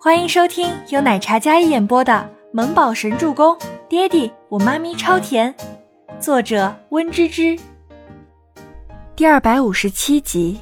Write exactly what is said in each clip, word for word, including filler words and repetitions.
欢迎收听由奶茶嘉一演播的《萌宝神助攻》，爹地我妈咪超甜，作者温芝芝。第二百五十七集。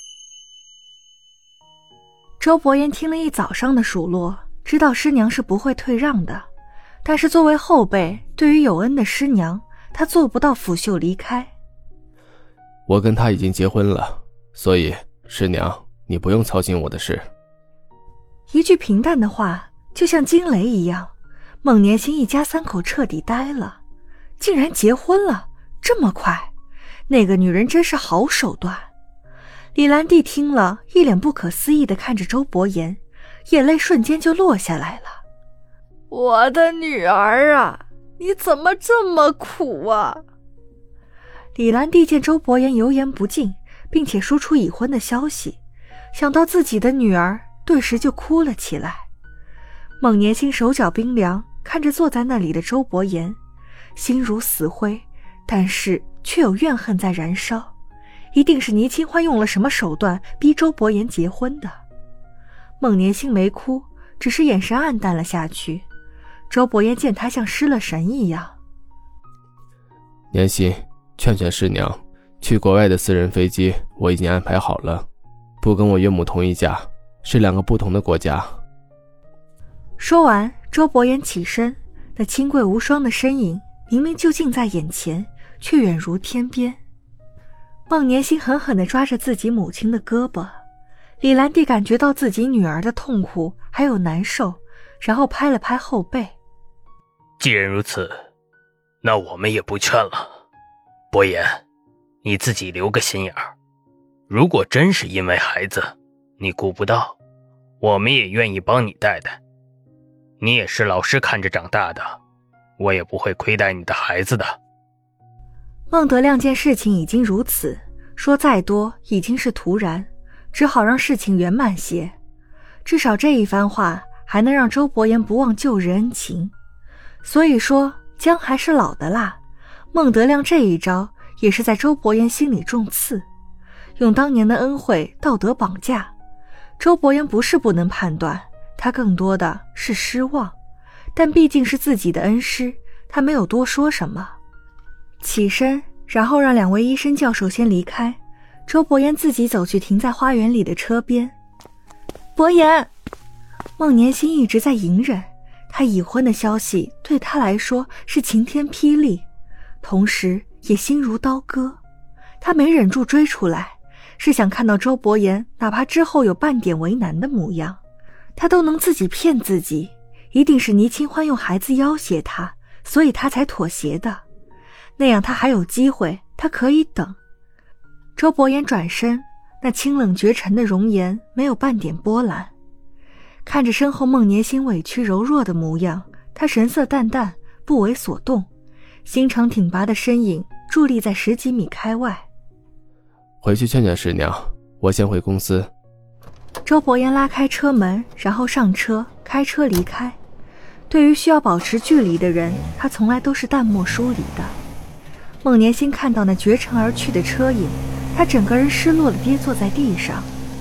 周伯言听了一早上的数落，知道师娘是不会退让的，但是作为后辈，对于有恩的师娘，他做不到拂袖离开。 我跟他已经结婚了，所以师娘，你不用操心我的事。 一句平淡的话，就像惊雷一样，孟年星一家三口彻底呆了，竟然结婚了，这么快，那个女人真是好手段。李兰娣听了，一脸不可思议地看着周伯言，眼泪瞬间就落下来了。 我的女儿啊，你怎么这么苦啊？ 李兰娣见周伯言油盐不进，并且说出已婚的消息，想到自己的女儿，顿时就哭了起来。孟年星手脚冰凉，看着坐在那里的周伯言，心如死灰，但是却有怨恨在燃烧，一定是倪清欢用了什么手段逼周伯言结婚的。孟年星没哭，只是眼神黯淡了下去。周伯言见他像失了神一样。 年心，劝劝师娘，去国外的私人飞机我已经安排好了，不跟我岳母同一架，是两个不同的国家。 说完，周伯言起身，那清贵无双的身影明明就近在眼前，却远如天边。孟年星狠狠地抓着自己母亲的胳膊，李兰娣感觉到自己女儿的痛苦还有难受，然后拍了拍后背。 既然如此，那我们也不劝了。伯言，你自己留个心眼儿，如果真是因为孩子你顾不到，我们也愿意帮你带带。你也是老师看着长大的，我也不会亏待你的孩子的。 孟德亮见事情已经如此，说再多已经是徒然，只好让事情圆满些。至少这一番话还能让周伯言不忘旧日恩情。所以说姜还是老的辣，孟德亮这一招也是在周伯言心里中刺，用当年的恩惠道德绑架。周伯言不是不能判断，他更多的是失望，但毕竟是自己的恩师，他没有多说什么。起身，然后让两位医生教授先离开，周伯言自己走去停在花园里的车边。伯言，孟年星一直在隐忍，他已婚的消息对他来说是晴天霹雳，同时也心如刀割。他没忍住追出来，是想看到周伯言哪怕之后有半点为难的模样，他都能自己骗自己，一定是倪清欢用孩子要挟他，所以他才妥协的，那样他还有机会，他可以等。周伯言转身，那清冷绝尘的容颜没有半点波澜，看着身后孟年星委屈柔弱的模样，他神色淡淡，不为所动，心肠挺拔的身影伫立在十几米开外。 回去劝劝师娘，我先回公司。 周伯言拉开车门，然后上车，开车离开。对于需要保持距离的人，他从来都是淡漠疏离的。孟年星看到那绝尘而去的车影，他整个人失落地跌坐在地上。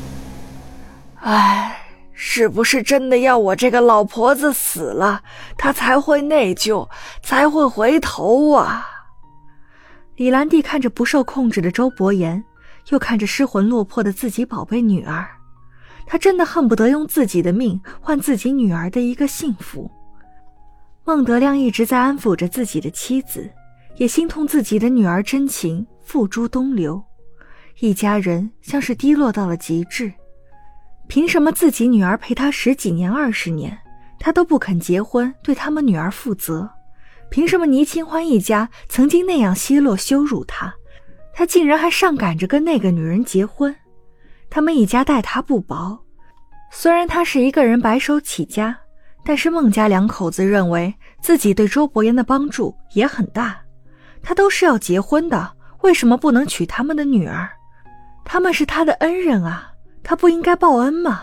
唉，是不是真的要我这个老婆子死了，他才会内疚，才会回头啊？ 李兰娣看着不受控制的周伯言，又看着失魂落魄的自己宝贝女儿，她真的恨不得用自己的命换自己女儿的一个幸福。孟德亮一直在安抚着自己的妻子，也心痛自己的女儿真情付诸东流，一家人像是低落到了极致。凭什么自己女儿陪他十几年二十年，他都不肯结婚对他们女儿负责？凭什么倪清欢一家曾经那样奚落羞辱他，他竟然还上赶着跟那个女人结婚？他们一家待他不薄，虽然他是一个人白手起家，但是孟家两口子认为自己对周伯言的帮助也很大。他都是要结婚的，为什么不能娶他们的女儿？他们是他的恩人啊，他不应该报恩吗？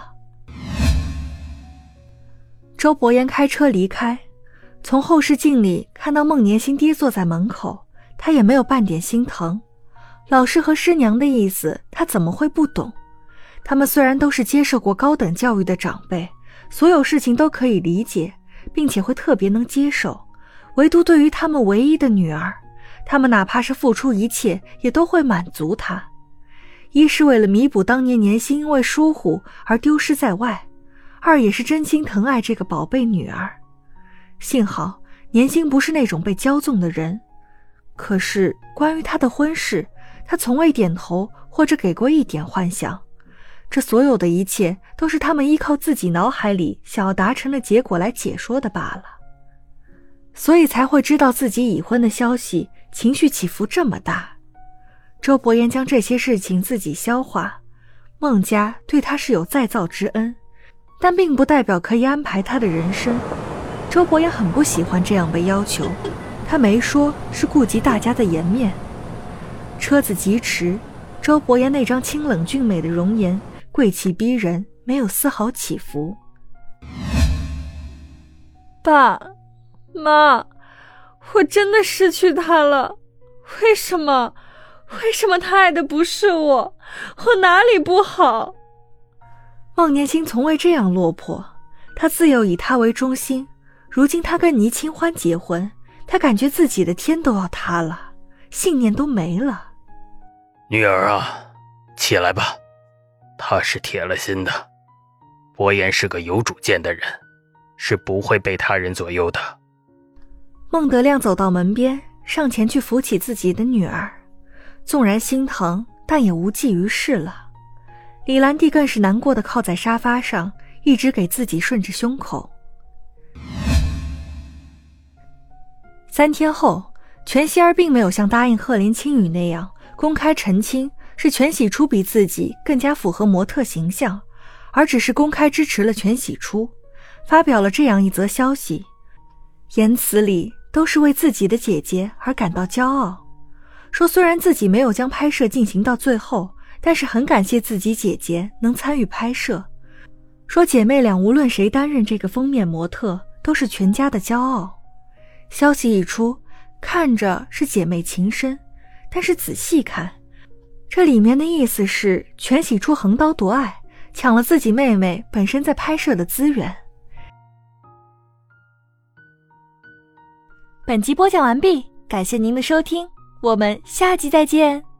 周伯言开车离开，从后视镜里看到孟年星跌坐在门口，他也没有半点心疼。老师和师娘的意思他怎么会不懂？他们虽然都是接受过高等教育的长辈， 所有事情都可以理解，并且会特别能接受，唯独对于他们唯一的女儿，他们哪怕是付出一切也都会满足她。一是为了弥补当年年薪因为疏忽而丢失在外，二也是真心疼爱这个宝贝女儿。幸好年薪不是那种被骄纵的人，可是关于他的婚事，他从未点头或者给过一点幻想。这所有的一切都是他们依靠自己脑海里想要达成的结果来解说的罢了，所以才会知道自己已婚的消息，情绪起伏这么大。周伯言将这些事情自己消化，孟家对他是有再造之恩，但并不代表可以安排他的人生。周伯言很不喜欢这样被要求，他没说，是顾及大家的颜面。车子疾驰，周伯言那张清冷俊美的容颜贵气逼人，没有丝毫起伏。 爸妈，我真的失去他了，为什么为什么他爱的不是我？我哪里不好？ 孟年星从未这样落魄，他自幼以他为中心，如今他跟倪清欢结婚，他感觉自己的天都要塌了，信念都没了。 女儿啊，起来吧，他是铁了心的。伯言是个有主见的人，是不会被他人左右的。 孟德亮走到门边，上前去扶起自己的女儿，纵然心疼，但也无济于事了。李兰娣更是难过地靠在沙发上，一直给自己顺着胸口。三天后，全希儿并没有像答应赫连青雨那样公开澄清是全喜初比自己更加符合模特形象，而只是公开支持了全喜初，发表了这样一则消息，言辞里都是为自己的姐姐而感到骄傲，说虽然自己没有将拍摄进行到最后，但是很感谢自己姐姐能参与拍摄，说姐妹俩无论谁担任这个封面模特都是全家的骄傲。消息一出，看着是姐妹情深，但是仔细看，这里面的意思是全喜初横刀夺爱，抢了自己妹妹本身在拍摄的资源。 本集播讲完毕，感谢您的收听，我们下集再见。